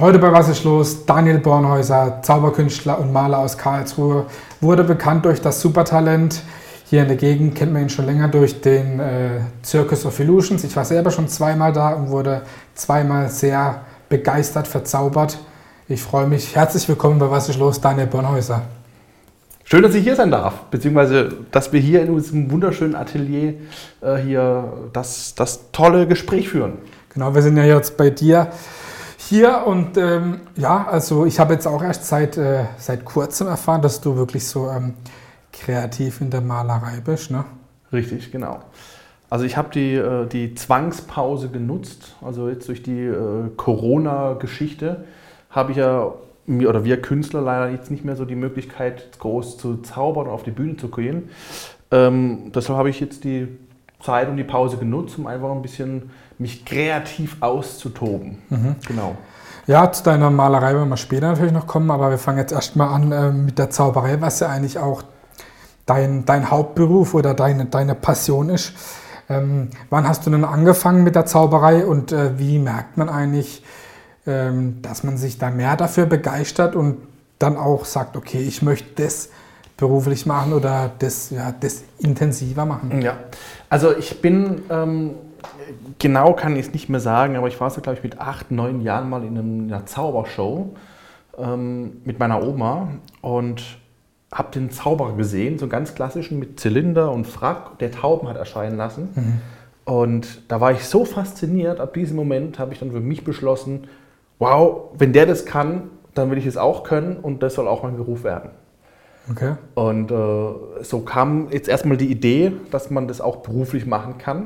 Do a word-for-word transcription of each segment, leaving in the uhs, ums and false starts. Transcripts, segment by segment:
Heute bei Was ist los? Daniel Bornhäuser, Zauberkünstler und Maler aus Karlsruhe, wurde bekannt durch das Supertalent. Hier in der Gegend kennt man ihn schon länger durch den äh, Circus of Illusions. Ich war selber schon zweimal da und wurde zweimal sehr begeistert, verzaubert. Ich freue mich. Herzlich willkommen bei Was ist los? Daniel Bornhäuser. Schön, dass ich hier sein darf, beziehungsweise dass wir hier in diesem wunderschönen Atelier äh, hier das, das tolle Gespräch führen. Genau, wir sind ja jetzt bei dir hier und ähm, ja, also ich habe jetzt auch erst seit, äh, seit kurzem erfahren, dass du wirklich so ähm, kreativ in der Malerei bist, ne? Richtig, genau. Also ich habe die, äh, die Zwangspause genutzt, also jetzt durch die äh, Corona-Geschichte habe ich ja, mir oder wir Künstler leider jetzt nicht mehr so die Möglichkeit, groß zu zaubern und auf die Bühne zu gehen. Ähm, deshalb habe ich jetzt die Zeit und die Pause genutzt, um einfach ein bisschen mich kreativ auszutoben. Mhm. Genau. Ja, zu deiner Malerei werden wir später natürlich noch kommen, aber wir fangen jetzt erstmal an äh, mit der Zauberei, was ja eigentlich auch dein, dein Hauptberuf oder deine, deine Passion ist. Ähm, wann hast du denn angefangen mit der Zauberei und äh, wie merkt man eigentlich, ähm, dass man sich da mehr dafür begeistert und dann auch sagt, okay, ich möchte das beruflich machen oder das, ja, das intensiver machen? Ja, also ich bin, ähm, genau kann ich es nicht mehr sagen, aber ich war so, glaube ich, mit acht, neun Jahren mal in einer Zaubershow ähm, mit meiner Oma und habe den Zauberer gesehen, so einen ganz klassischen mit Zylinder und Frack, der Tauben hat erscheinen lassen. Mhm. Und da war ich so fasziniert, ab diesem Moment habe ich dann für mich beschlossen, wow, wenn der das kann, dann will ich es auch können und das soll auch mein Beruf werden. Okay. Und äh, so kam jetzt erstmal die Idee, dass man das auch beruflich machen kann.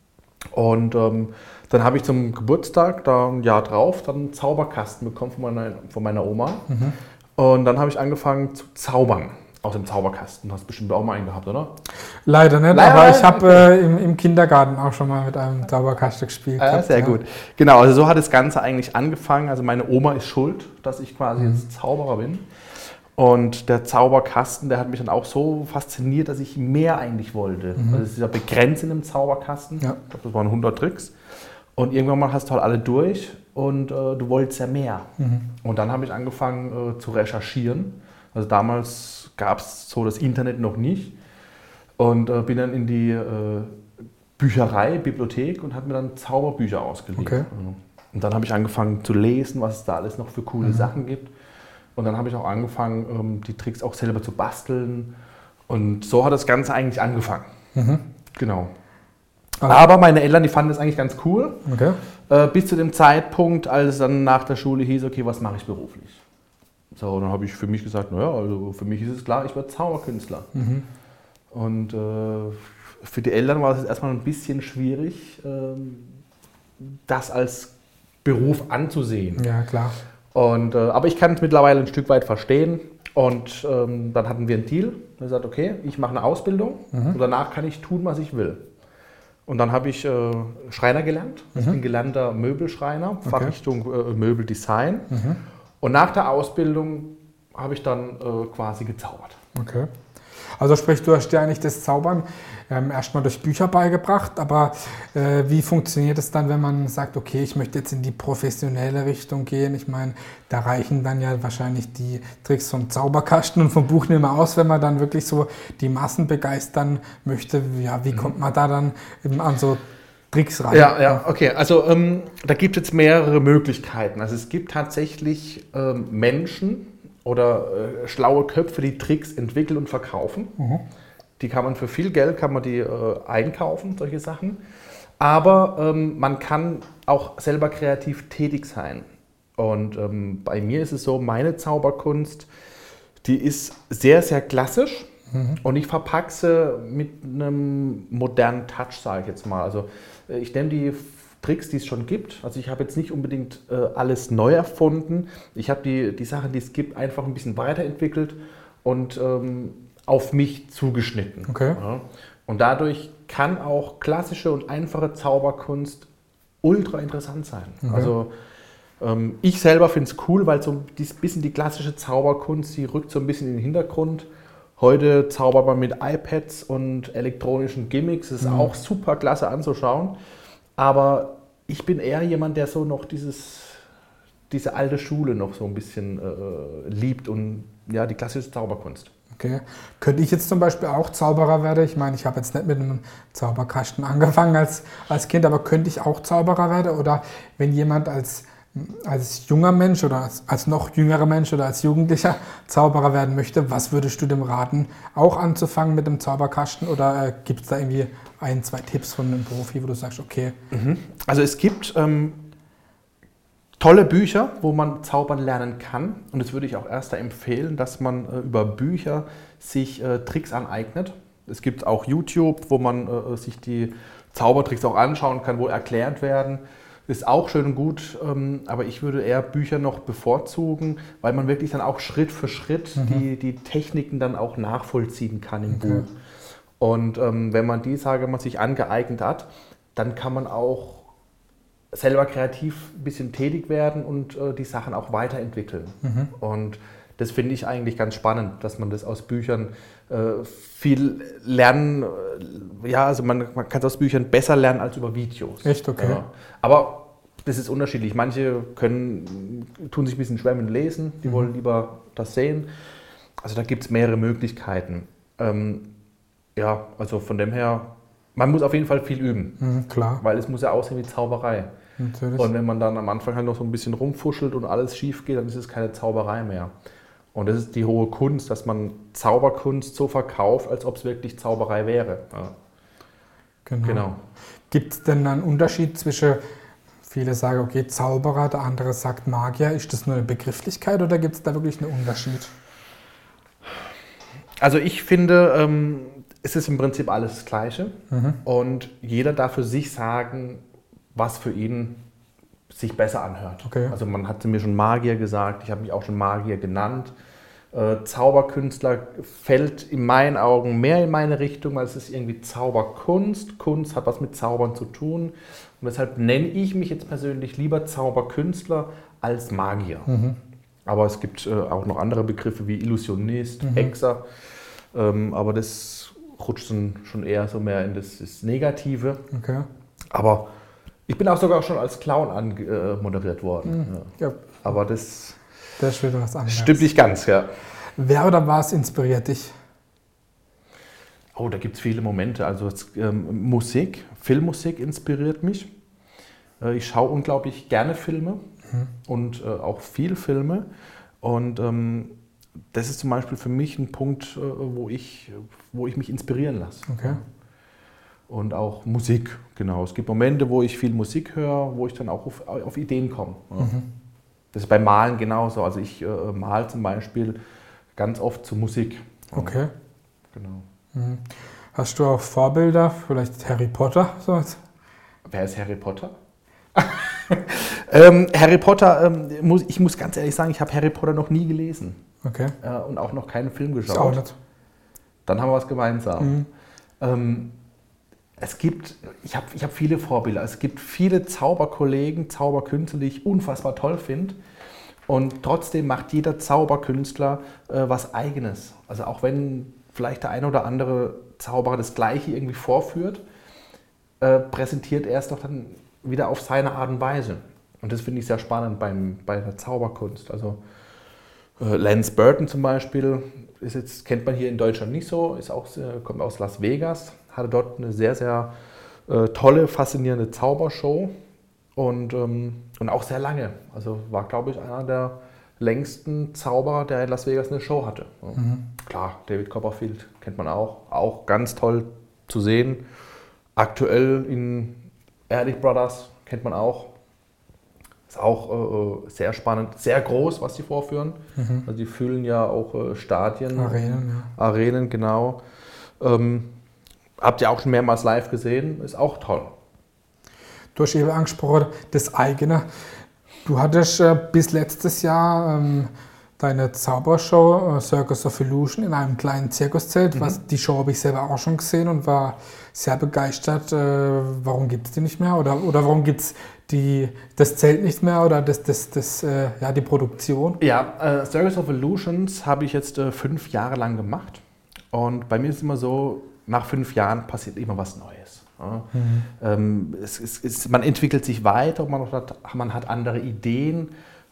Und ähm, dann habe ich zum Geburtstag, da ein Jahr drauf, dann einen Zauberkasten bekommen von meiner, von meiner Oma. Mhm. Und dann habe ich angefangen zu zaubern aus dem Zauberkasten. Du hast bestimmt auch mal einen gehabt, oder? Leider nicht, Leider aber ich habe äh, im, im Kindergarten auch schon mal mit einem Zauberkasten gespielt. Ah, gehabt, sehr ja. gut. Genau, also so hat das Ganze eigentlich angefangen. Also meine Oma ist schuld, dass ich quasi mhm. jetzt Zauberer bin. Und der Zauberkasten, der hat mich dann auch so fasziniert, dass ich mehr eigentlich wollte. Mhm. Also es ist ja begrenzt in einem Zauberkasten. Ja. Ich glaube, das waren hundert Tricks. Und irgendwann mal hast du halt alle durch und äh, du wolltest ja mehr. Mhm. Und dann habe ich angefangen äh, zu recherchieren. Also damals gab es so das Internet noch nicht. Und äh, bin dann in die äh, Bücherei, Bibliothek und habe mir dann Zauberbücher ausgeliehen. Okay. Und dann habe ich angefangen zu lesen, was es da alles noch für coole mhm. Sachen gibt. Und dann habe ich auch angefangen, ähm, die Tricks auch selber zu basteln. Und so hat das Ganze eigentlich angefangen. Mhm. Genau. Also. Aber meine Eltern, die fanden das eigentlich ganz cool. Okay. Äh, bis zu dem Zeitpunkt, als es dann nach der Schule hieß, okay, was mache ich beruflich? So, dann habe ich für mich gesagt, naja, also für mich ist es klar, ich werde Zauberkünstler. Mhm. Und äh, für die Eltern war es erstmal ein bisschen schwierig, äh, das als Beruf anzusehen. Ja, klar. Und, äh, aber ich kann es mittlerweile ein Stück weit verstehen. Und ähm, dann hatten wir einen Deal. Er sagt, okay, ich mache eine Ausbildung mhm. und danach kann ich tun, was ich will. Und dann habe ich äh, Schreiner gelernt. Ich mhm. bin gelernter Möbelschreiner, okay. Fachrichtung äh, Möbeldesign. Mhm. Und nach der Ausbildung habe ich dann äh, quasi gezaubert. Okay. Also sprich, du hast dir eigentlich das Zaubern ähm, erstmal durch Bücher beigebracht, aber äh, wie funktioniert es dann, wenn man sagt, okay, ich möchte jetzt in die professionelle Richtung gehen? Ich meine, da reichen dann ja wahrscheinlich die Tricks vom Zauberkasten und vom Buch nicht mehr aus, wenn man dann wirklich so die Massen begeistern möchte. Ja, wie mhm. kommt man da dann eben an so Tricks rein? Ja, ja, okay. Also ähm, da gibt es jetzt mehrere Möglichkeiten. Also es gibt tatsächlich ähm, Menschen, oder äh, schlaue Köpfe, die Tricks entwickeln und verkaufen. Mhm. Die kann man für viel Geld kann man die äh, einkaufen, solche Sachen. Aber ähm, man kann auch selber kreativ tätig sein. Und ähm, bei mir ist es so, meine Zauberkunst, die ist sehr, sehr klassisch. Mhm. Und ich verpacke sie mit einem modernen Touch, sage ich jetzt mal. Also äh, ich nehme die Tricks, die es schon gibt. Also ich habe jetzt nicht unbedingt äh, alles neu erfunden. Ich habe die, die Sachen, die es gibt, einfach ein bisschen weiterentwickelt und ähm, auf mich zugeschnitten. Okay. Ja. Und dadurch kann auch klassische und einfache Zauberkunst ultra interessant sein. Okay. Also ähm, ich selber finde es cool, weil so ein bisschen die klassische Zauberkunst, die rückt so ein bisschen in den Hintergrund. Heute zaubert man mit iPads und elektronischen Gimmicks. Das ist mhm. auch super klasse anzuschauen. Aber ich bin eher jemand, der so noch dieses, diese alte Schule noch so ein bisschen äh, liebt und ja, die klassische Zauberkunst. Okay. Könnte ich jetzt zum Beispiel auch Zauberer werden? Ich meine, ich habe jetzt nicht mit einem Zauberkasten angefangen als, als Kind, aber könnte ich auch Zauberer werden? Oder wenn jemand als, als junger Mensch oder als, als noch jüngerer Mensch oder als Jugendlicher Zauberer werden möchte, was würdest du dem raten, auch anzufangen mit dem Zauberkasten? Oder äh, gibt es da irgendwie ein, zwei Tipps von einem Profi, wo du sagst, okay. Mhm. Also es gibt ähm, tolle Bücher, wo man zaubern lernen kann. Und das würde ich auch erst da empfehlen, dass man äh, über Bücher sich äh, Tricks aneignet. Es gibt auch YouTube, wo man äh, sich die Zaubertricks auch anschauen kann, wo erklärt werden. Ist auch schön und gut, ähm, aber ich würde eher Bücher noch bevorzugen, weil man wirklich dann auch Schritt für Schritt mhm. die, die Techniken dann auch nachvollziehen kann im okay. Buch. Und ähm, wenn man die, sage man, sich angeeignet hat, dann kann man auch selber kreativ ein bisschen tätig werden und äh, die Sachen auch weiterentwickeln. Mhm. Und das finde ich eigentlich ganz spannend, dass man das aus Büchern äh, viel lernen, äh, ja, also man, man kann es aus Büchern besser lernen als über Videos. Echt, okay. Ja. Aber das ist unterschiedlich. Manche können, tun sich ein bisschen schwer mit dem Lesen, die mhm. wollen lieber das sehen. Also da gibt es mehrere Möglichkeiten. Ähm, ja, also von dem her, man muss auf jeden Fall viel üben. Mhm, klar. Weil es muss ja aussehen wie Zauberei. Natürlich. Und wenn man dann am Anfang halt noch so ein bisschen rumfuschelt und alles schief geht, dann ist es keine Zauberei mehr. Und das ist die hohe Kunst, dass man Zauberkunst so verkauft, als ob es wirklich Zauberei wäre. Ja. Genau. Genau. Gibt es denn einen Unterschied zwischen, viele sagen, okay, Zauberer, der andere sagt Magier. Ist das nur eine Begrifflichkeit oder gibt es da wirklich einen Unterschied? Also ich finde, ähm, es ist im Prinzip alles das Gleiche. Mhm. Und jeder darf für sich sagen, was für ihn sich besser anhört. Okay. Also man hatte mir schon Magier gesagt, ich habe mich auch schon Magier genannt. Äh, Zauberkünstler fällt in meinen Augen mehr in meine Richtung, weil es ist irgendwie Zauberkunst. Kunst hat was mit Zaubern zu tun. Und deshalb nenne ich mich jetzt persönlich lieber Zauberkünstler als Magier. Mhm. Aber es gibt äh, auch noch andere Begriffe wie Illusionist, mhm. Hexer. Ähm, aber das rutscht dann schon eher so mehr in das, das Negative. Okay. Aber ich bin auch sogar schon als Clown anmoderiert worden. Mhm. Ja. Aber das, das ist wieder was anderes. Stimmt nicht ganz, ja. Wer oder was inspiriert dich? Oh, da gibt es viele Momente. Also ähm, Musik, Filmmusik inspiriert mich. Äh, ich schaue unglaublich gerne Filme mhm. und äh, auch viel Filme. Und ähm, das ist zum Beispiel für mich ein Punkt, äh, wo, ich, wo ich mich inspirieren lasse. Okay. Und auch Musik, genau. Es gibt Momente, wo ich viel Musik höre, wo ich dann auch auf, auf Ideen komme. Ja. Mhm. Das ist beim Malen genauso. Also ich äh, male zum Beispiel ganz oft zu Musik. Ja. Okay. Genau. Mhm. Hast du auch Vorbilder? Vielleicht Harry Potter? So. Wer ist Harry Potter? ähm, Harry Potter, ähm, muss, ich muss ganz ehrlich sagen, ich habe Harry Potter noch nie gelesen. Okay. Äh, und auch noch keinen Film geschaut. Ich auch nicht. Dann haben wir was gemeinsam. Mhm. Ähm, Es gibt, ich habe ich hab viele Vorbilder. Es gibt viele Zauberkollegen, Zauberkünstler, die ich unfassbar toll finde. Und trotzdem macht jeder Zauberkünstler äh, was Eigenes. Also auch wenn vielleicht der eine oder andere Zauberer das Gleiche irgendwie vorführt, äh, präsentiert er es doch dann wieder auf seine Art und Weise. Und das finde ich sehr spannend beim, bei der Zauberkunst. Also äh, Lance Burton zum Beispiel, ist jetzt, kennt man hier in Deutschland nicht so, ist auch, äh, kommt aus Las Vegas. Hatte dort eine sehr, sehr äh, tolle, faszinierende Zaubershow und, ähm, und auch sehr lange. Also war, glaube ich, einer der längsten Zauberer, der in Las Vegas eine Show hatte. Ja. Mhm. Klar, David Copperfield kennt man auch. Auch ganz toll zu sehen. Aktuell in Ehrlich Brothers kennt man auch. Ist auch äh, sehr spannend, sehr groß, was die vorführen. Mhm. Also die füllen ja auch äh, Stadien. Arenen, ja. Arenen, genau. Ähm, Habt ihr auch schon mehrmals live gesehen, ist auch toll. Du hast eben angesprochen, das eigene. Du hattest äh, bis letztes Jahr ähm, deine Zaubershow äh, Circus of Illusion in einem kleinen Zirkuszelt. Mhm. Was, die Show habe ich selber auch schon gesehen und war sehr begeistert. Äh, warum gibt es die nicht mehr? Oder, oder warum gibt es das Zelt nicht mehr oder das, das, das, äh, ja, die Produktion? Ja, äh, Circus of Illusions habe ich jetzt äh, fünf Jahre lang gemacht. Und bei mir ist es immer so, nach fünf Jahren passiert immer was Neues. Ja. Mhm. Ähm, es, es, es, man entwickelt sich weiter, man hat, man hat andere Ideen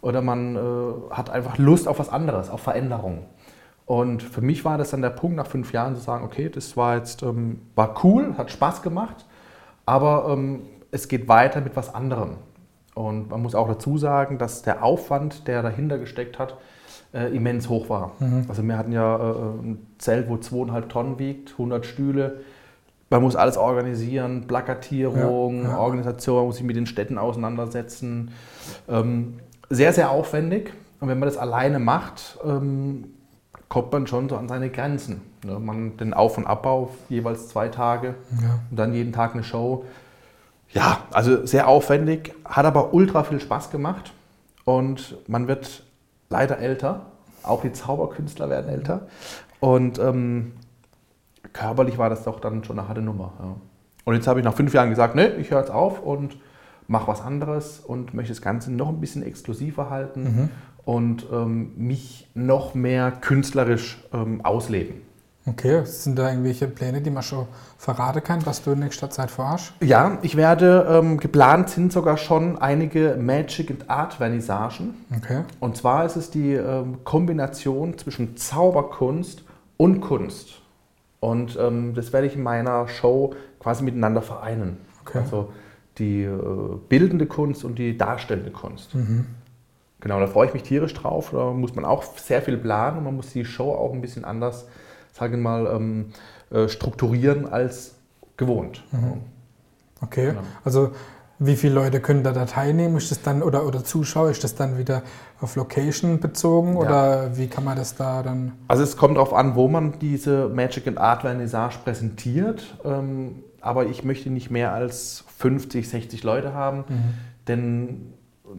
oder man äh, hat einfach Lust auf was anderes, auf Veränderung. Und für mich war das dann der Punkt, nach fünf Jahren zu sagen, okay, das war jetzt ähm, war cool, hat Spaß gemacht, aber ähm, es geht weiter mit was anderem. Und man muss auch dazu sagen, dass der Aufwand, der dahinter gesteckt hat, äh, immens hoch war. Mhm. Also wir hatten ja äh, ein Zelt, wo zweieinhalb Tonnen wiegt, hundert Stühle. Man muss alles organisieren, Plakatierung, ja, ja. Organisation, man muss sich mit den Städten auseinandersetzen. Ähm, sehr, sehr aufwendig. Und wenn man das alleine macht, ähm, kommt man schon so an seine Grenzen. Ne? Man den Auf- und Abbau, jeweils zwei Tage ja. und dann jeden Tag eine Show. Ja, also sehr aufwendig, hat aber ultra viel Spaß gemacht und man wird leider älter, auch die Zauberkünstler werden älter und ähm, körperlich war das doch dann schon eine harte Nummer. Ja. Und jetzt habe ich nach fünf Jahren gesagt, ne, ich höre jetzt auf und mache was anderes und möchte das Ganze noch ein bisschen exklusiver halten mhm. und ähm, mich noch mehr künstlerisch ähm, ausleben. Okay, sind da irgendwelche Pläne, die man schon verraten kann, was du in nächster Zeit vorhast? Ja, ich werde, ähm, geplant sind sogar schon einige Magic and Art Vernissagen. Okay. Und zwar ist es die ähm, Kombination zwischen Zauberkunst und Kunst. Und ähm, das werde ich in meiner Show quasi miteinander vereinen. Okay. Also die äh, bildende Kunst und die darstellende Kunst. Mhm. Genau, da freue ich mich tierisch drauf. Da muss man auch sehr viel planen und man muss die Show auch ein bisschen anders sage ich mal, ähm, äh, strukturieren als gewohnt. Mhm. Okay, genau. Also wie viele Leute können da, da teilnehmen? Ist das dann, oder, oder Zuschauer, ist das dann wieder auf Location bezogen? Ja. Oder wie kann man das da dann... Also es kommt darauf an, wo man diese Magic and Art Vernissage präsentiert. Ähm, aber ich möchte nicht mehr als fünfzig, sechzig Leute haben, mhm. denn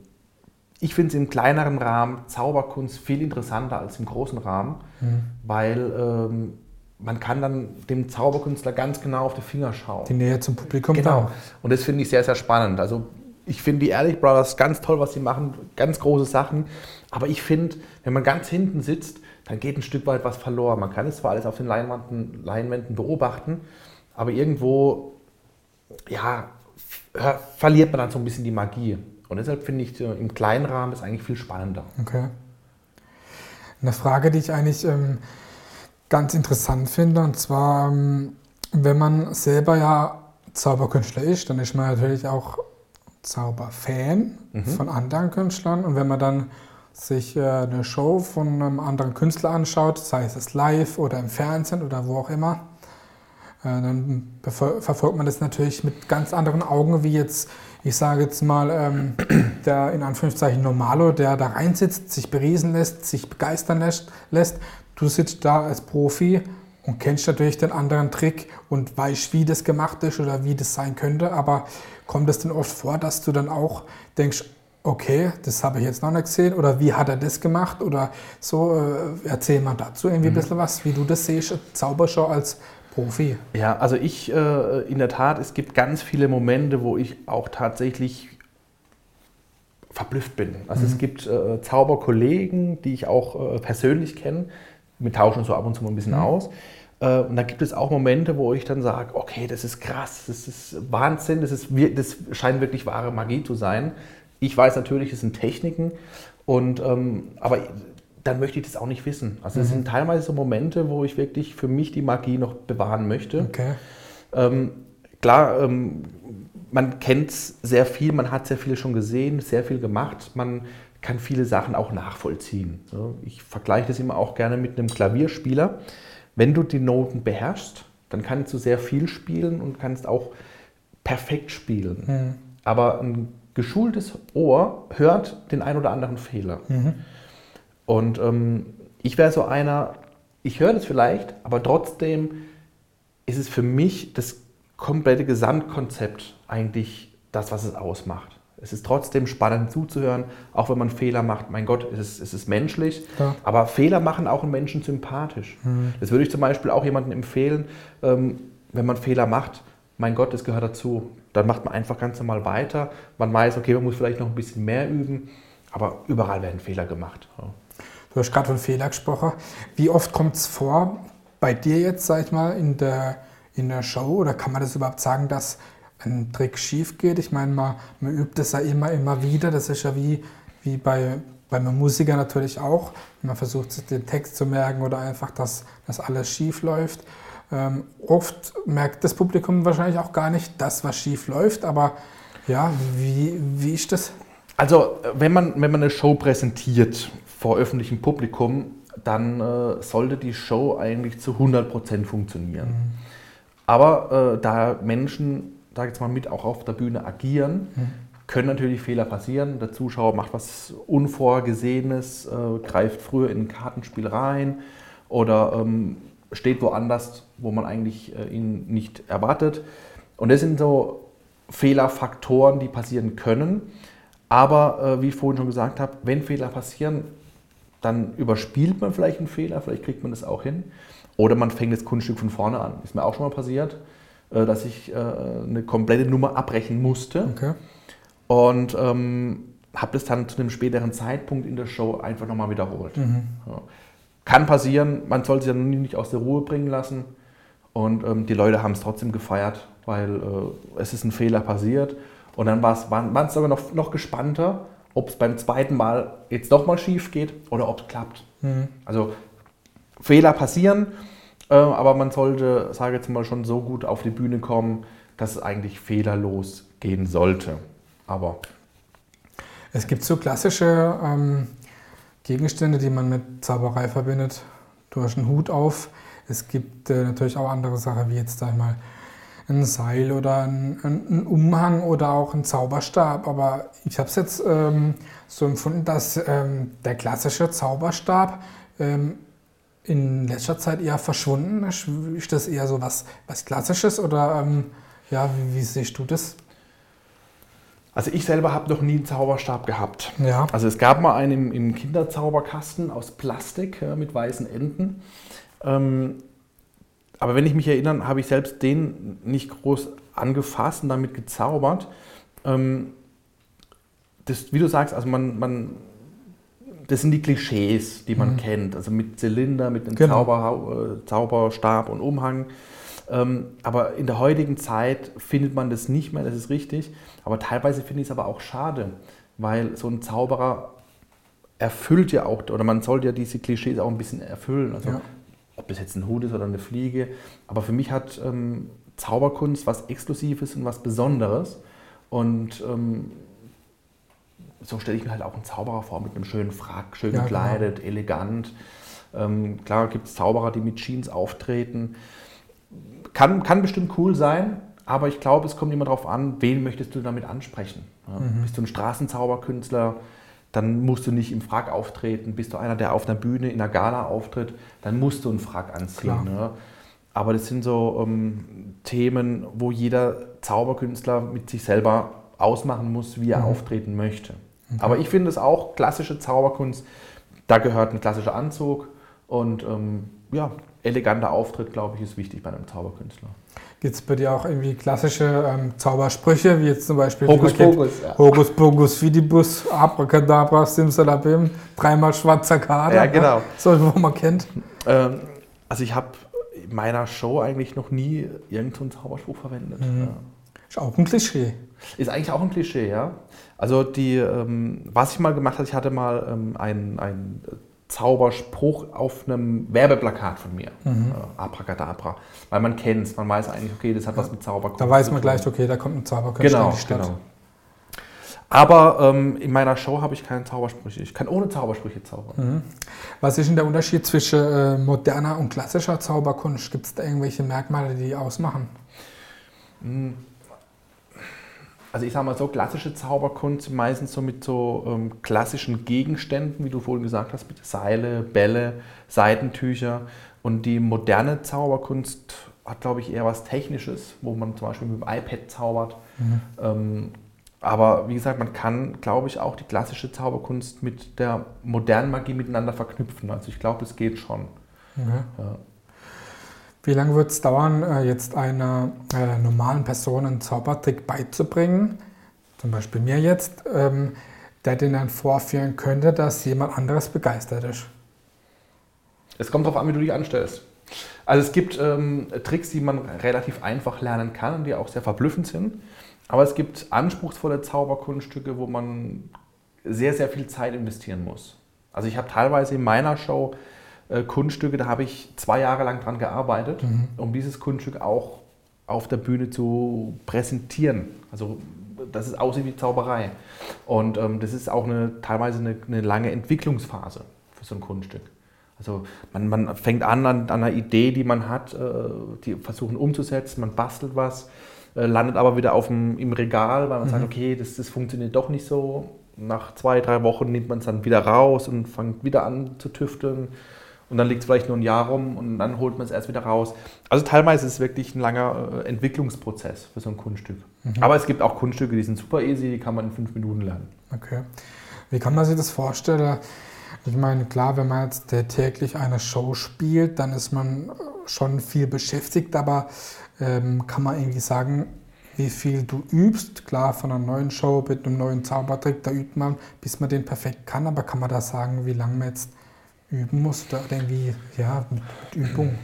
ich finde es im kleineren Rahmen Zauberkunst viel interessanter als im großen Rahmen, mhm. weil ähm, man kann dann dem Zauberkünstler ganz genau auf die Finger schauen. Die Nähe zum Publikum. Genau. Da. Und das finde ich sehr, sehr spannend. Also ich finde die Ehrlich Brothers ganz toll, was sie machen, ganz große Sachen. Aber ich finde, wenn man ganz hinten sitzt, dann geht ein Stück weit was verloren. Man kann es zwar alles auf den Leinwänden, Leinwänden beobachten, aber irgendwo ja, verliert man dann so ein bisschen die Magie. Und deshalb finde ich im kleinen Rahmen das eigentlich viel spannender. Okay. Eine Frage, die ich eigentlich ähm, ganz interessant finde, und zwar, ähm, wenn man selber ja Zauberkünstler ist, dann ist man natürlich auch Zauberfan mhm. von anderen Künstlern. Und wenn man dann sich äh, eine Show von einem anderen Künstler anschaut, sei es live oder im Fernsehen oder wo auch immer, äh, dann verfolgt man das natürlich mit ganz anderen Augen, wie jetzt, ich sage jetzt mal, ähm, der in Anführungszeichen Normalo, der da reinsitzt, sich beriesen lässt, sich begeistern lässt, lässt. Du sitzt da als Profi und kennst natürlich den anderen Trick und weißt, wie das gemacht ist oder wie das sein könnte. Aber kommt es denn oft vor, dass du dann auch denkst, okay, das habe ich jetzt noch nicht gesehen oder wie hat er das gemacht oder so? Äh, erzähl mal dazu irgendwie mhm. ein bisschen was, wie du das siehst, Zaubershow als Profi. Ja, also ich, äh, in der Tat, es gibt ganz viele Momente, wo ich auch tatsächlich verblüfft bin. Also mhm. es gibt äh, Zauberkollegen, die ich auch äh, persönlich kenne. Wir tauschen so ab und zu mal ein bisschen mhm. aus. Äh, und da gibt es auch Momente, wo ich dann sage, okay, das ist krass, das ist Wahnsinn, das, ist, das scheint wirklich wahre Magie zu sein. Ich weiß natürlich, es sind Techniken, und, ähm, aber dann möchte ich das auch nicht wissen. Also es mhm. sind teilweise so Momente, wo ich wirklich für mich die Magie noch bewahren möchte. Okay. Ähm, klar, ähm, man kennt sehr viel, man hat sehr viel schon gesehen, sehr viel gemacht. Man kann viele Sachen auch nachvollziehen. Ich vergleiche das immer auch gerne mit einem Klavierspieler. Wenn du die Noten beherrschst, dann kannst du sehr viel spielen und kannst auch perfekt spielen. Mhm. Aber ein geschultes Ohr hört den ein oder anderen Fehler. Mhm. Und ähm, ich wäre so einer, ich höre das vielleicht, aber trotzdem ist es für mich das komplette Gesamtkonzept eigentlich das, was es ausmacht. Es ist trotzdem spannend zuzuhören, auch wenn man Fehler macht. Mein Gott, es ist, es ist menschlich, ja. aber Fehler machen auch einen Menschen sympathisch. Mhm. Das würde ich zum Beispiel auch jemandem empfehlen, ähm, wenn man Fehler macht, mein Gott, das gehört dazu. Dann macht man einfach ganz normal weiter. Man weiß, okay, man muss vielleicht noch ein bisschen mehr üben, aber überall werden Fehler gemacht. Ja. Du hast gerade von Fehler gesprochen. Wie oft kommt es vor, bei dir jetzt, sag ich mal, in der, in der Show, oder kann man das überhaupt sagen, dass ein Trick schief geht? Ich meine, man, man übt das ja immer, immer wieder. Das ist ja wie, wie bei, bei einem Musiker natürlich auch. Man versucht sich den Text zu merken oder einfach, dass, dass alles schief läuft. Ähm, oft merkt das Publikum wahrscheinlich auch gar nicht das, was schief läuft, aber ja, wie, wie ist das? Also wenn man, wenn man eine Show präsentiert vor öffentlichem Publikum, dann äh, sollte die Show eigentlich zu hundert Prozent funktionieren. Mhm. Aber äh, da Menschen, sag ich jetzt mal, mit auch auf der Bühne agieren, mhm. können natürlich Fehler passieren. Der Zuschauer macht was Unvorgesehenes, äh, greift früher in ein Kartenspiel rein oder ähm, steht woanders, wo man eigentlich äh, ihn nicht erwartet. Und das sind so Fehlerfaktoren, die passieren können. Aber äh, wie ich vorhin schon gesagt habe, wenn Fehler passieren, dann überspielt man vielleicht einen Fehler, vielleicht kriegt man das auch hin. Oder man fängt das Kunststück von vorne an. Ist mir auch schon mal passiert, äh, dass ich äh, eine komplette Nummer abbrechen musste. Okay. Und ähm, habe das dann zu einem späteren Zeitpunkt in der Show einfach nochmal wiederholt. Mhm. Ja. Kann passieren, man soll sich ja nicht aus der Ruhe bringen lassen. Und ähm, die Leute haben es trotzdem gefeiert, weil äh, es ist ein Fehler passiert. Und dann waren es sogar noch, noch gespannter, ob es beim zweiten Mal jetzt doch mal schief geht oder ob es klappt. Mhm. Also Fehler passieren, äh, aber man sollte, sage ich jetzt mal, schon so gut auf die Bühne kommen, dass es eigentlich fehlerlos gehen sollte. Aber es gibt so klassische ähm, Gegenstände, die man mit Zauberei verbindet. Du hast einen Hut auf. Es gibt äh, natürlich auch andere Sachen, wie jetzt einmal ein Seil oder ein, ein Umhang oder auch ein Zauberstab. Aber ich habe es jetzt ähm, so empfunden, dass ähm, der klassische Zauberstab ähm, in letzter Zeit eher verschwunden ist. Ist das eher so was, was Klassisches oder ähm, ja, wie, wie siehst du das? Also ich selber habe noch nie einen Zauberstab gehabt. Ja. Also es gab mal einen im, im Kinderzauberkasten aus Plastik ja, mit weißen Enden. Ähm, aber wenn ich mich erinnere, habe ich selbst den nicht groß angefasst und damit gezaubert. Ähm, das, wie du sagst, also man, man, das sind die Klischees, die man mhm. kennt. Also mit Zylinder, mit einem genau. Zauber, äh, Zauberstab und Umhang. Ähm, aber in der heutigen Zeit findet man das nicht mehr, das ist richtig. Aber teilweise finde ich es aber auch schade, weil so ein Zauberer erfüllt ja auch, oder man sollte ja diese Klischees auch ein bisschen erfüllen. Also, ja. Ob das jetzt ein Hut ist oder eine Fliege. Aber für mich hat ähm, Zauberkunst was Exklusives und was Besonderes. Und ähm, so stelle ich mir halt auch einen Zauberer vor mit einem schönen Frack, schön ja, gekleidet, genau. elegant. Ähm, klar gibt es Zauberer, die mit Jeans auftreten. Kann, kann bestimmt cool sein, aber ich glaube, es kommt immer darauf an, wen möchtest du damit ansprechen. Ja, mhm. Bist du ein Straßenzauberkünstler, dann musst du nicht im Frack auftreten. Bist du einer, der auf einer Bühne in einer Gala auftritt, dann musst du einen Frack anziehen. Ja. Aber das sind so ähm, Themen, wo jeder Zauberkünstler mit sich selber ausmachen muss, wie er mhm. auftreten möchte. Okay. Aber ich finde es auch klassische Zauberkunst, da gehört ein klassischer Anzug und ähm, ja, eleganter Auftritt, glaube ich, ist wichtig bei einem Zauberkünstler. Gibt es bei dir auch irgendwie klassische ähm, Zaubersprüche, wie jetzt zum Beispiel Hokus Pokus, ja. Hokus Pokus Fidibus, Abracadabra, Simsalabim, dreimal schwarzer Kater, ja, genau. Ja, so, wo man kennt. Ähm, also ich habe in meiner Show eigentlich noch nie irgendeinen Zauberspruch verwendet. Mhm. Ja. Ist auch ein Klischee. Ist eigentlich auch ein Klischee, ja. Also die, ähm, was ich mal gemacht habe, ich hatte mal ähm, ein, ein Zauberspruch auf einem Werbeplakat von mir. Mhm. Äh, Abracadabra. Weil man kennt es, man weiß eigentlich, okay, das hat ja was mit Zauberkunst zu tun. Da weiß man gleich, okay, da kommt ein Zauberkünstler genau, in die Stadt. Genau. Aber ähm, in meiner Show habe ich keine Zaubersprüche. Ich kann ohne Zaubersprüche zaubern. Mhm. Was ist denn der Unterschied zwischen äh, moderner und klassischer Zauberkunst? Gibt es da irgendwelche Merkmale, die die ausmachen? Mhm. Also ich sage mal so, klassische Zauberkunst meistens so mit so ähm, klassischen Gegenständen, wie du vorhin gesagt hast, mit Seile, Bälle, Seitentücher. Und die moderne Zauberkunst hat, glaube ich, eher was Technisches, wo man zum Beispiel mit dem iPad zaubert. Mhm. Ähm, aber wie gesagt, man kann, glaube ich, auch die klassische Zauberkunst mit der modernen Magie miteinander verknüpfen. Also ich glaube, es geht schon. Okay. Ja. Wie lange wird es dauern, jetzt einer äh, normalen Person einen Zaubertrick beizubringen, zum Beispiel mir jetzt, ähm, der den dann vorführen könnte, dass jemand anderes begeistert ist? Es kommt darauf an, wie du dich anstellst. Also es gibt ähm, Tricks, die man relativ einfach lernen kann und die auch sehr verblüffend sind. Aber es gibt anspruchsvolle Zauberkunststücke, wo man sehr, sehr viel Zeit investieren muss. Also ich habe teilweise in meiner Show äh, Kunststücke, da habe ich zwei Jahre lang dran gearbeitet, mhm. um dieses Kunststück auch auf der Bühne zu präsentieren. Also dass es aussieht wie Zauberei. Und ähm, das ist auch eine, teilweise eine, eine lange Entwicklungsphase für so ein Kunststück. Also man, man fängt an, an, an einer Idee, die man hat, äh, die versuchen umzusetzen, man bastelt was, äh, landet aber wieder auf dem, im Regal, weil man mhm. sagt, okay, das, das funktioniert doch nicht so. Nach zwei, drei Wochen nimmt man es dann wieder raus und fängt wieder an zu tüfteln. Und dann liegt es vielleicht nur ein Jahr rum und dann holt man es erst wieder raus. Also teilweise ist es wirklich ein langer äh, Entwicklungsprozess für so ein Kunststück. Mhm. Aber es gibt auch Kunststücke, die sind super easy, die kann man in fünf Minuten lernen. Okay. Wie kann man sich das vorstellen? Ich meine, klar, wenn man jetzt täglich eine Show spielt, dann ist man schon viel beschäftigt, aber ähm, kann man irgendwie sagen, wie viel du übst? Klar, von einer neuen Show mit einem neuen Zaubertrick, da übt man, bis man den perfekt kann, aber kann man da sagen, wie lange man jetzt üben muss oder irgendwie, ja, mit, mit Übung?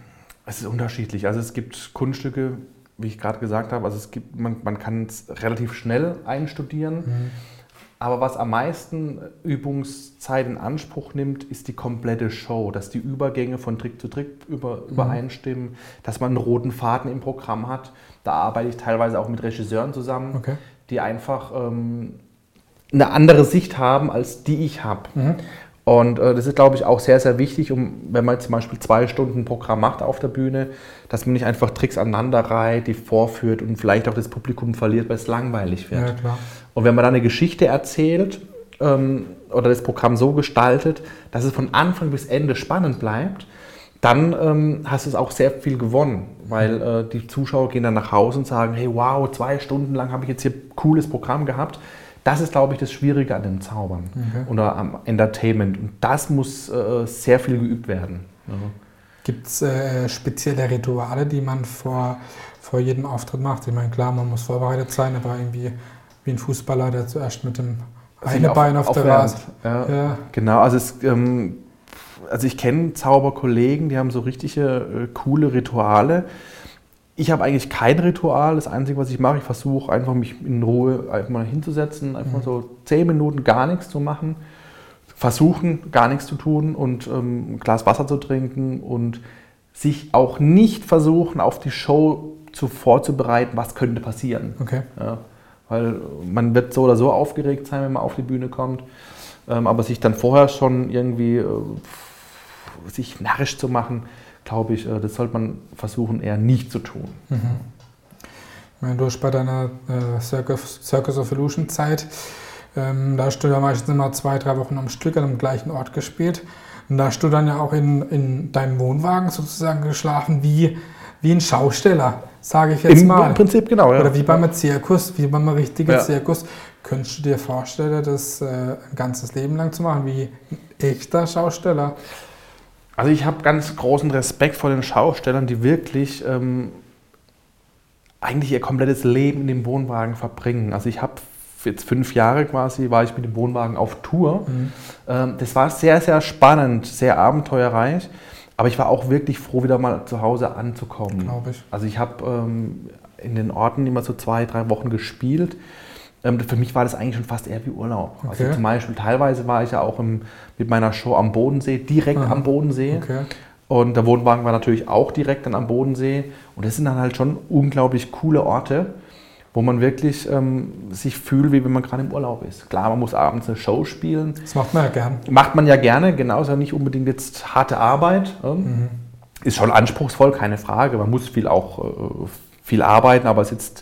Es ist unterschiedlich. Also es gibt Kunststücke, wie ich gerade gesagt habe, also es gibt, man, man kann es relativ schnell einstudieren, mhm. aber was am meisten Übungszeit in Anspruch nimmt, ist die komplette Show, dass die Übergänge von Trick zu Trick über, mhm. übereinstimmen, dass man einen roten Faden im Programm hat. Da arbeite ich teilweise auch mit Regisseuren zusammen, okay. die einfach ähm, eine andere Sicht haben, als die ich habe. Mhm. Und äh, das ist, glaube ich, auch sehr, sehr wichtig, um, wenn man zum Beispiel zwei Stunden ein Programm macht auf der Bühne, dass man nicht einfach Tricks aneinander reiht, die vorführt und vielleicht auch das Publikum verliert, weil es langweilig wird. Ja, klar. Und wenn man dann eine Geschichte erzählt ähm, oder das Programm so gestaltet, dass es von Anfang bis Ende spannend bleibt, dann ähm, hast du es auch sehr viel gewonnen, weil äh, die Zuschauer gehen dann nach Hause und sagen, hey, wow, zwei Stunden lang habe ich jetzt hier ein cooles Programm gehabt. Das ist, glaube ich, das Schwierige an dem Zaubern okay. oder am Entertainment. Und das muss äh, sehr viel geübt werden. Ja. Gibt es äh, spezielle Rituale, die man vor, vor jedem Auftritt macht? Ich meine, klar, man muss vorbereitet sein, aber irgendwie wie ein Fußballer, der zuerst mit dem einen Bein auf, auf der Rasen. Ja, ja. Genau, also, es, ähm, also ich kenne Zauberkollegen, die haben so richtige äh, coole Rituale. Ich habe eigentlich kein Ritual. Das Einzige, was ich mache, ich versuche einfach mich in Ruhe einfach mal hinzusetzen, einfach mal so zehn Minuten gar nichts zu machen, versuchen gar nichts zu tun und ähm, ein Glas Wasser zu trinken und sich auch nicht versuchen, auf die Show zu vorzubereiten, was könnte passieren. Okay. Ja, weil man wird so oder so aufgeregt sein, wenn man auf die Bühne kommt, ähm, aber sich dann vorher schon irgendwie äh, sich narrisch zu machen, glaube ich, das sollte man versuchen, eher nicht zu tun. Mhm. Ich meine, du hast bei deiner äh, Circus, Circus of Illusion Zeit, ähm, da hast du ja meistens immer zwei, drei Wochen am Stück an dem gleichen Ort gespielt. Und da hast du dann ja auch in, in deinem Wohnwagen sozusagen geschlafen, wie, wie ein Schausteller, sage ich jetzt Im, mal. Im Prinzip, genau. Ja. Oder wie beim Zirkus, wie beim richtigen ja. Zirkus. Könntest du dir vorstellen, das äh, ein ganzes Leben lang zu machen, wie ein echter Schausteller? Also ich habe ganz großen Respekt vor den Schaustellern, die wirklich ähm, eigentlich ihr komplettes Leben in dem Wohnwagen verbringen. Also ich habe jetzt fünf Jahre quasi, war ich mit dem Wohnwagen auf Tour. Mhm. Ähm, das war sehr, sehr spannend, sehr abenteuerreich. Aber ich war auch wirklich froh, wieder mal zu Hause anzukommen. Glaube ich. Also ich habe ähm, in den Orten immer so zwei, drei Wochen gespielt. Für mich war das eigentlich schon fast eher wie Urlaub. Okay. Also zum Beispiel teilweise war ich ja auch im, mit meiner Show am Bodensee, direkt Aha. am Bodensee. Okay. Und der Wohnwagen war natürlich auch direkt dann am Bodensee. Und das sind dann halt schon unglaublich coole Orte, wo man wirklich ähm, sich fühlt, wie wenn man gerade im Urlaub ist. Klar, man muss abends eine Show spielen. Das macht man ja gerne. Macht man ja gerne, genau. Ist ja nicht unbedingt jetzt harte Arbeit. Ähm, mhm. Ist schon anspruchsvoll, keine Frage. Man muss viel auch äh, viel arbeiten, aber es ist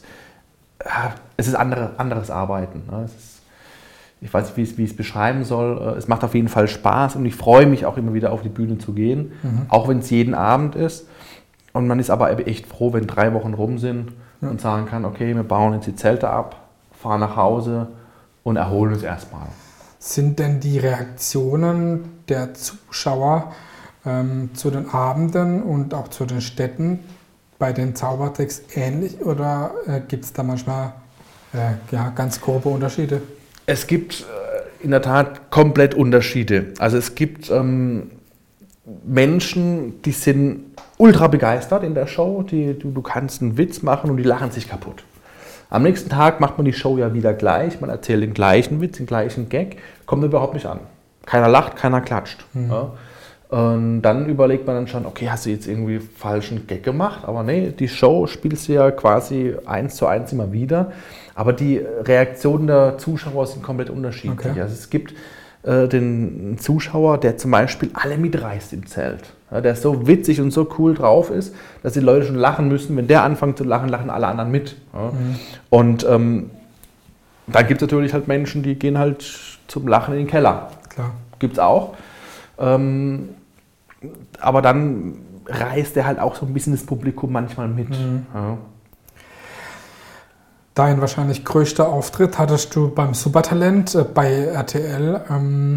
Es ist andere, anderes Arbeiten. Es ist, ich weiß nicht, wie ich, wie ich es beschreiben soll. Es macht auf jeden Fall Spaß und ich freue mich auch immer wieder auf die Bühne zu gehen, mhm. auch wenn es jeden Abend ist. Und man ist aber echt froh, wenn drei Wochen rum sind ja. und sagen kann, okay, wir bauen jetzt die Zelte ab, fahren nach Hause und erholen uns erstmal. Sind denn die Reaktionen der Zuschauer ähm, zu den Abenden und auch zu den Städten bei den Zaubertricks ähnlich oder äh, gibt es da manchmal äh, ja, ganz grobe Unterschiede? Es gibt äh, in der Tat komplett Unterschiede. Also es gibt ähm, Menschen, die sind ultra begeistert in der Show, die, du, du kannst einen Witz machen und die lachen sich kaputt. Am nächsten Tag macht man die Show ja wieder gleich, man erzählt den gleichen Witz, den gleichen Gag, kommt überhaupt nicht an. Keiner lacht, keiner klatscht. Mhm. Ja. Und dann überlegt man dann schon, okay, hast du jetzt irgendwie falschen Gag gemacht? Aber nee, die Show spielst du ja quasi eins zu eins immer wieder. Aber die Reaktionen der Zuschauer sind komplett unterschiedlich. Okay. Also es gibt äh, den Zuschauer, der zum Beispiel alle mitreißt im Zelt. Ja, der so witzig und so cool drauf ist, dass die Leute schon lachen müssen. Wenn der anfängt zu lachen, lachen alle anderen mit. Ja. Mhm. Und ähm, dann gibt es natürlich halt Menschen, die gehen halt zum Lachen in den Keller. Klar. Gibt es auch. Ähm, aber dann reißt er halt auch so ein bisschen das Publikum manchmal mit. Mhm. Ja. Dein wahrscheinlich größter Auftritt hattest du beim Supertalent äh, bei R T L. Ähm,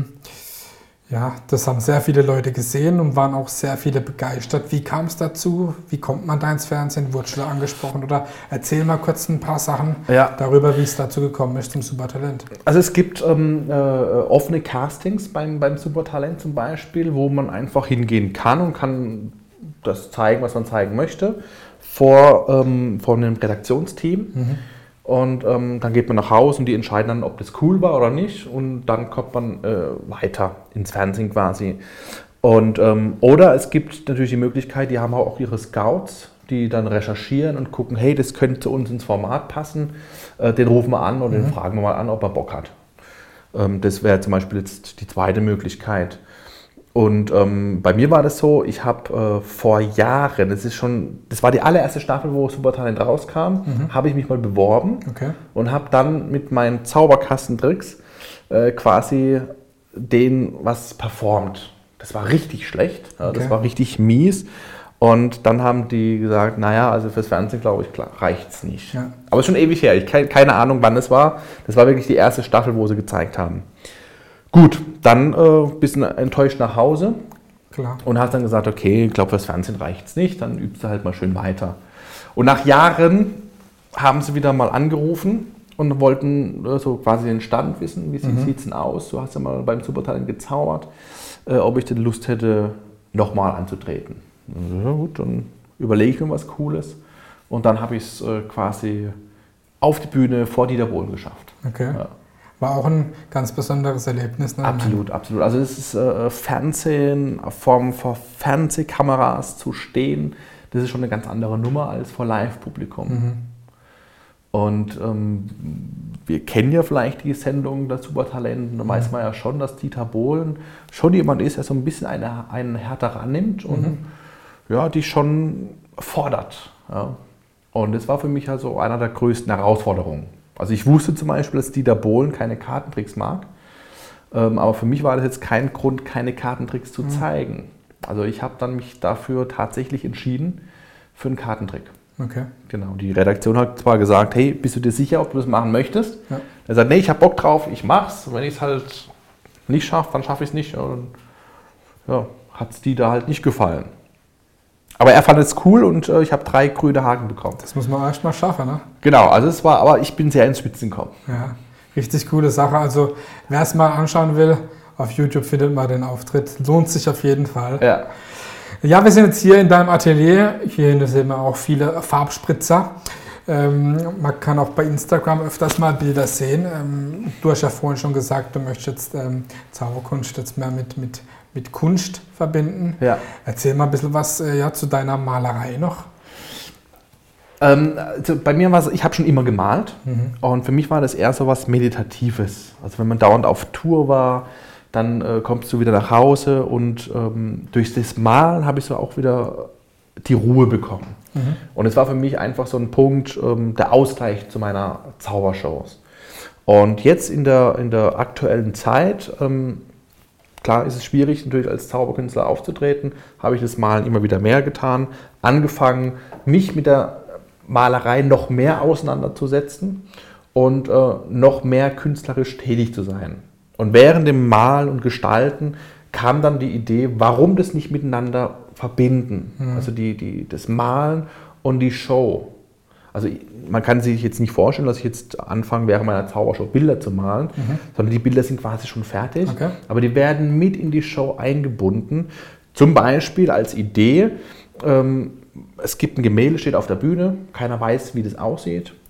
ja, das haben sehr viele Leute gesehen und waren auch sehr viele begeistert. Wie kam es dazu? Wie kommt man da ins Fernsehen? Wurdest du da angesprochen? Oder erzähl mal kurz ein paar Sachen ja. darüber, wie es dazu gekommen ist zum Supertalent. Also es gibt ähm, äh, offene Castings beim, beim Supertalent zum Beispiel, wo man einfach hingehen kann und kann das zeigen, was man zeigen möchte, vor, ähm, vor einem Redaktionsteam. Mhm. Und ähm, dann geht man nach Hause und die entscheiden dann, ob das cool war oder nicht. Und dann kommt man äh, weiter ins Fernsehen quasi. Und, ähm, oder es gibt natürlich die Möglichkeit, die haben auch ihre Scouts, die dann recherchieren und gucken, hey, das könnte zu uns ins Format passen. Äh, den rufen wir an oder mhm. den fragen wir mal an, ob er Bock hat. Ähm, das wäre zum Beispiel jetzt die zweite Möglichkeit. Und ähm, bei mir war das so, ich habe äh, vor Jahren, das ist schon, das war die allererste Staffel, wo Supertalent rauskam, mhm. habe ich mich mal beworben okay. und habe dann mit meinen Zauberkastentricks äh, quasi den was performt. Das war richtig schlecht, ja, okay. das war richtig mies. Und dann haben die gesagt, naja, also fürs Fernsehen, glaube ich, reicht es nicht. Ja. Aber schon ewig her, ich keine, keine Ahnung, wann es war. Das war wirklich die erste Staffel, wo sie gezeigt haben. Gut, dann ein äh, bisschen enttäuscht nach Hause. Klar. Und hast dann gesagt, okay, ich glaube, fürs Fernsehen reicht es nicht, dann übst du halt mal schön weiter. Und nach Jahren haben sie wieder mal angerufen und wollten äh, so quasi den Stand wissen, wie mhm. sieht es denn aus? Du hast ja mal beim Supertalent gezaubert, äh, ob ich denn Lust hätte, nochmal anzutreten. Ja, gut, dann überlege ich mir was Cooles. Und dann habe ich es äh, quasi auf die Bühne vor Dieter Bohlen geschafft. Okay. Ja. War auch ein ganz besonderes Erlebnis. Ne? Absolut, absolut. Also es ist äh, Fernsehen, vor, vor Fernsehkameras zu stehen, das ist schon eine ganz andere Nummer als vor Live-Publikum. Mhm. Und ähm, wir kennen ja vielleicht die Sendung der Supertalent, da mhm. weiß man ja schon, dass Dieter Bohlen schon jemand ist, der so ein bisschen eine, einen härter rannimmt und mhm. ja, die schon fordert. Ja. Und das war für mich also einer der größten Herausforderungen. Also ich wusste zum Beispiel, dass Dieter Bohlen keine Kartentricks mag, ähm, aber für mich war das jetzt kein Grund, keine Kartentricks zu mhm. zeigen. Also ich habe dann mich dafür tatsächlich entschieden für einen Kartentrick. Okay. Genau. Die Redaktion hat zwar gesagt, hey, bist du dir sicher, ob du das machen möchtest? Ja. Er sagt, nee, ich habe Bock drauf, ich mach's. Und wenn ich es halt nicht schaffe, dann schaffe ich es nicht. Und ja, hat es Dieter halt nicht gefallen. Aber er fand es cool und äh, ich habe drei grüne Haken bekommen. Das muss man erst mal schaffen, ne? Genau, also es war, aber ich bin sehr ins Spitzen gekommen. Ja, richtig coole Sache. Also wer es mal anschauen will, auf YouTube findet man den Auftritt. Lohnt sich auf jeden Fall. Ja. Ja, wir sind jetzt hier in deinem Atelier. Hier sehen wir auch viele Farbspritzer. Ähm, man kann auch bei Instagram öfters mal Bilder sehen. Ähm, du hast ja vorhin schon gesagt, du möchtest jetzt ähm, Zauberkunst jetzt mehr mit, mit, mit Kunst verbinden. Ja. Erzähl mal ein bisschen was äh, ja, zu deiner Malerei noch. Ähm, also bei mir war es, ich habe schon immer gemalt Mhm. und für mich war das eher so was Meditatives. Also wenn man dauernd auf Tour war, dann äh, kommst du wieder nach Hause und ähm, durch das Malen habe ich so auch wieder die Ruhe bekommen. Mhm. Und es war für mich einfach so ein Punkt, ähm, der Ausgleich zu meiner Zaubershows. Und jetzt in der, in der aktuellen Zeit, ähm, klar ist es schwierig, natürlich als Zauberkünstler aufzutreten, habe ich das Malen immer wieder mehr getan, angefangen, mich mit der Malerei noch mehr auseinanderzusetzen und äh, noch mehr künstlerisch tätig zu sein. Und während dem Malen und Gestalten kam dann die Idee, warum das nicht miteinander verbinden. Mhm. Also die, die, das Malen und die Show. Also man kann sich jetzt nicht vorstellen, dass ich jetzt anfange, während meiner Zaubershow Bilder zu malen, mhm. sondern die Bilder sind quasi schon fertig, okay. aber die werden mit in die Show eingebunden. Zum Beispiel als Idee, ähm, es gibt ein Gemälde, steht auf der Bühne, keiner weiß, wie das aussieht.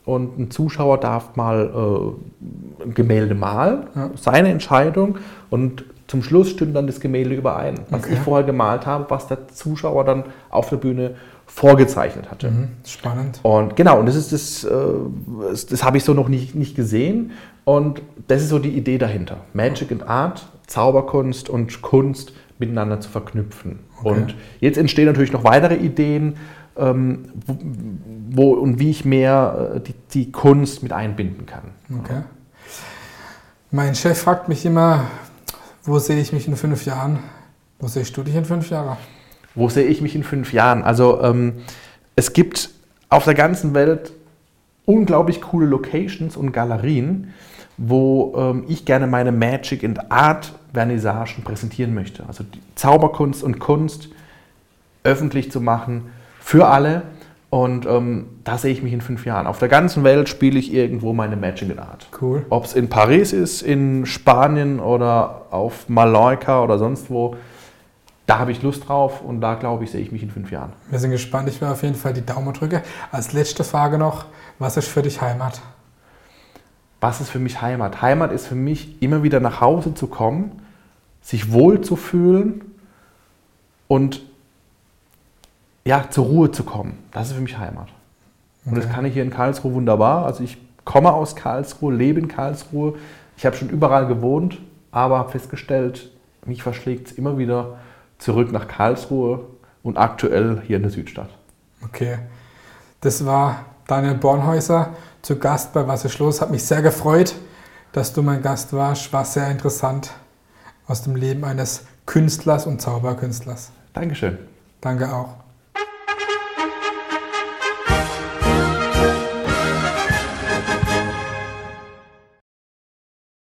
und ein Zuschauer darf mal äh, ein Gemälde malen, Ja. seine Entscheidung, und zum Schluss stimmt dann das Gemälde überein, was Okay. ich vorher gemalt habe, was der Zuschauer dann auf der Bühne vorgezeichnet hatte. Mhm. Spannend. Und genau, und das ist das, äh, das, das habe ich so noch nicht, nicht gesehen, und das ist so die Idee dahinter. Magic and Art, Zauberkunst und Kunst miteinander zu verknüpfen. Okay. Und jetzt entstehen natürlich noch weitere Ideen, ähm, wo, wo und wie ich mehr äh, die, die Kunst mit einbinden kann. Okay. Mein Chef fragt mich immer, wo sehe ich mich in fünf Jahren? Wo siehst du dich in fünf Jahren? Wo sehe ich mich in fünf Jahren? Also ähm, es gibt auf der ganzen Welt unglaublich coole Locations und Galerien, wo ähm, ich gerne meine Magic and Art Vernissagen präsentieren möchte. Also die Zauberkunst und Kunst öffentlich zu machen für alle. Und ähm, da sehe ich mich in fünf Jahren. Auf der ganzen Welt spiele ich irgendwo meine Magic and Art. Cool. Ob es in Paris ist, in Spanien oder auf Mallorca oder sonst wo, da habe ich Lust drauf, und da, glaube ich, sehe ich mich in fünf Jahren. Wir sind gespannt. Ich werde auf jeden Fall die Daumen drücken. Als letzte Frage noch, was ist für dich Heimat? Was ist für mich Heimat? Heimat ist für mich, immer wieder nach Hause zu kommen, sich wohl zu fühlen und ja, zur Ruhe zu kommen. Das ist für mich Heimat. Und das Okay. kann ich hier in Karlsruhe wunderbar. Also ich komme aus Karlsruhe, lebe in Karlsruhe. Ich habe schon überall gewohnt, aber habe festgestellt, mich verschlägt es immer wieder zurück nach Karlsruhe und aktuell hier in der Südstadt. Okay. Das war Daniel Bornhäuser zu Gast bei Was ist los? Hat mich sehr gefreut, dass du mein Gast warst. War sehr interessant aus dem Leben eines Künstlers und Zauberkünstlers. Dankeschön. Danke auch.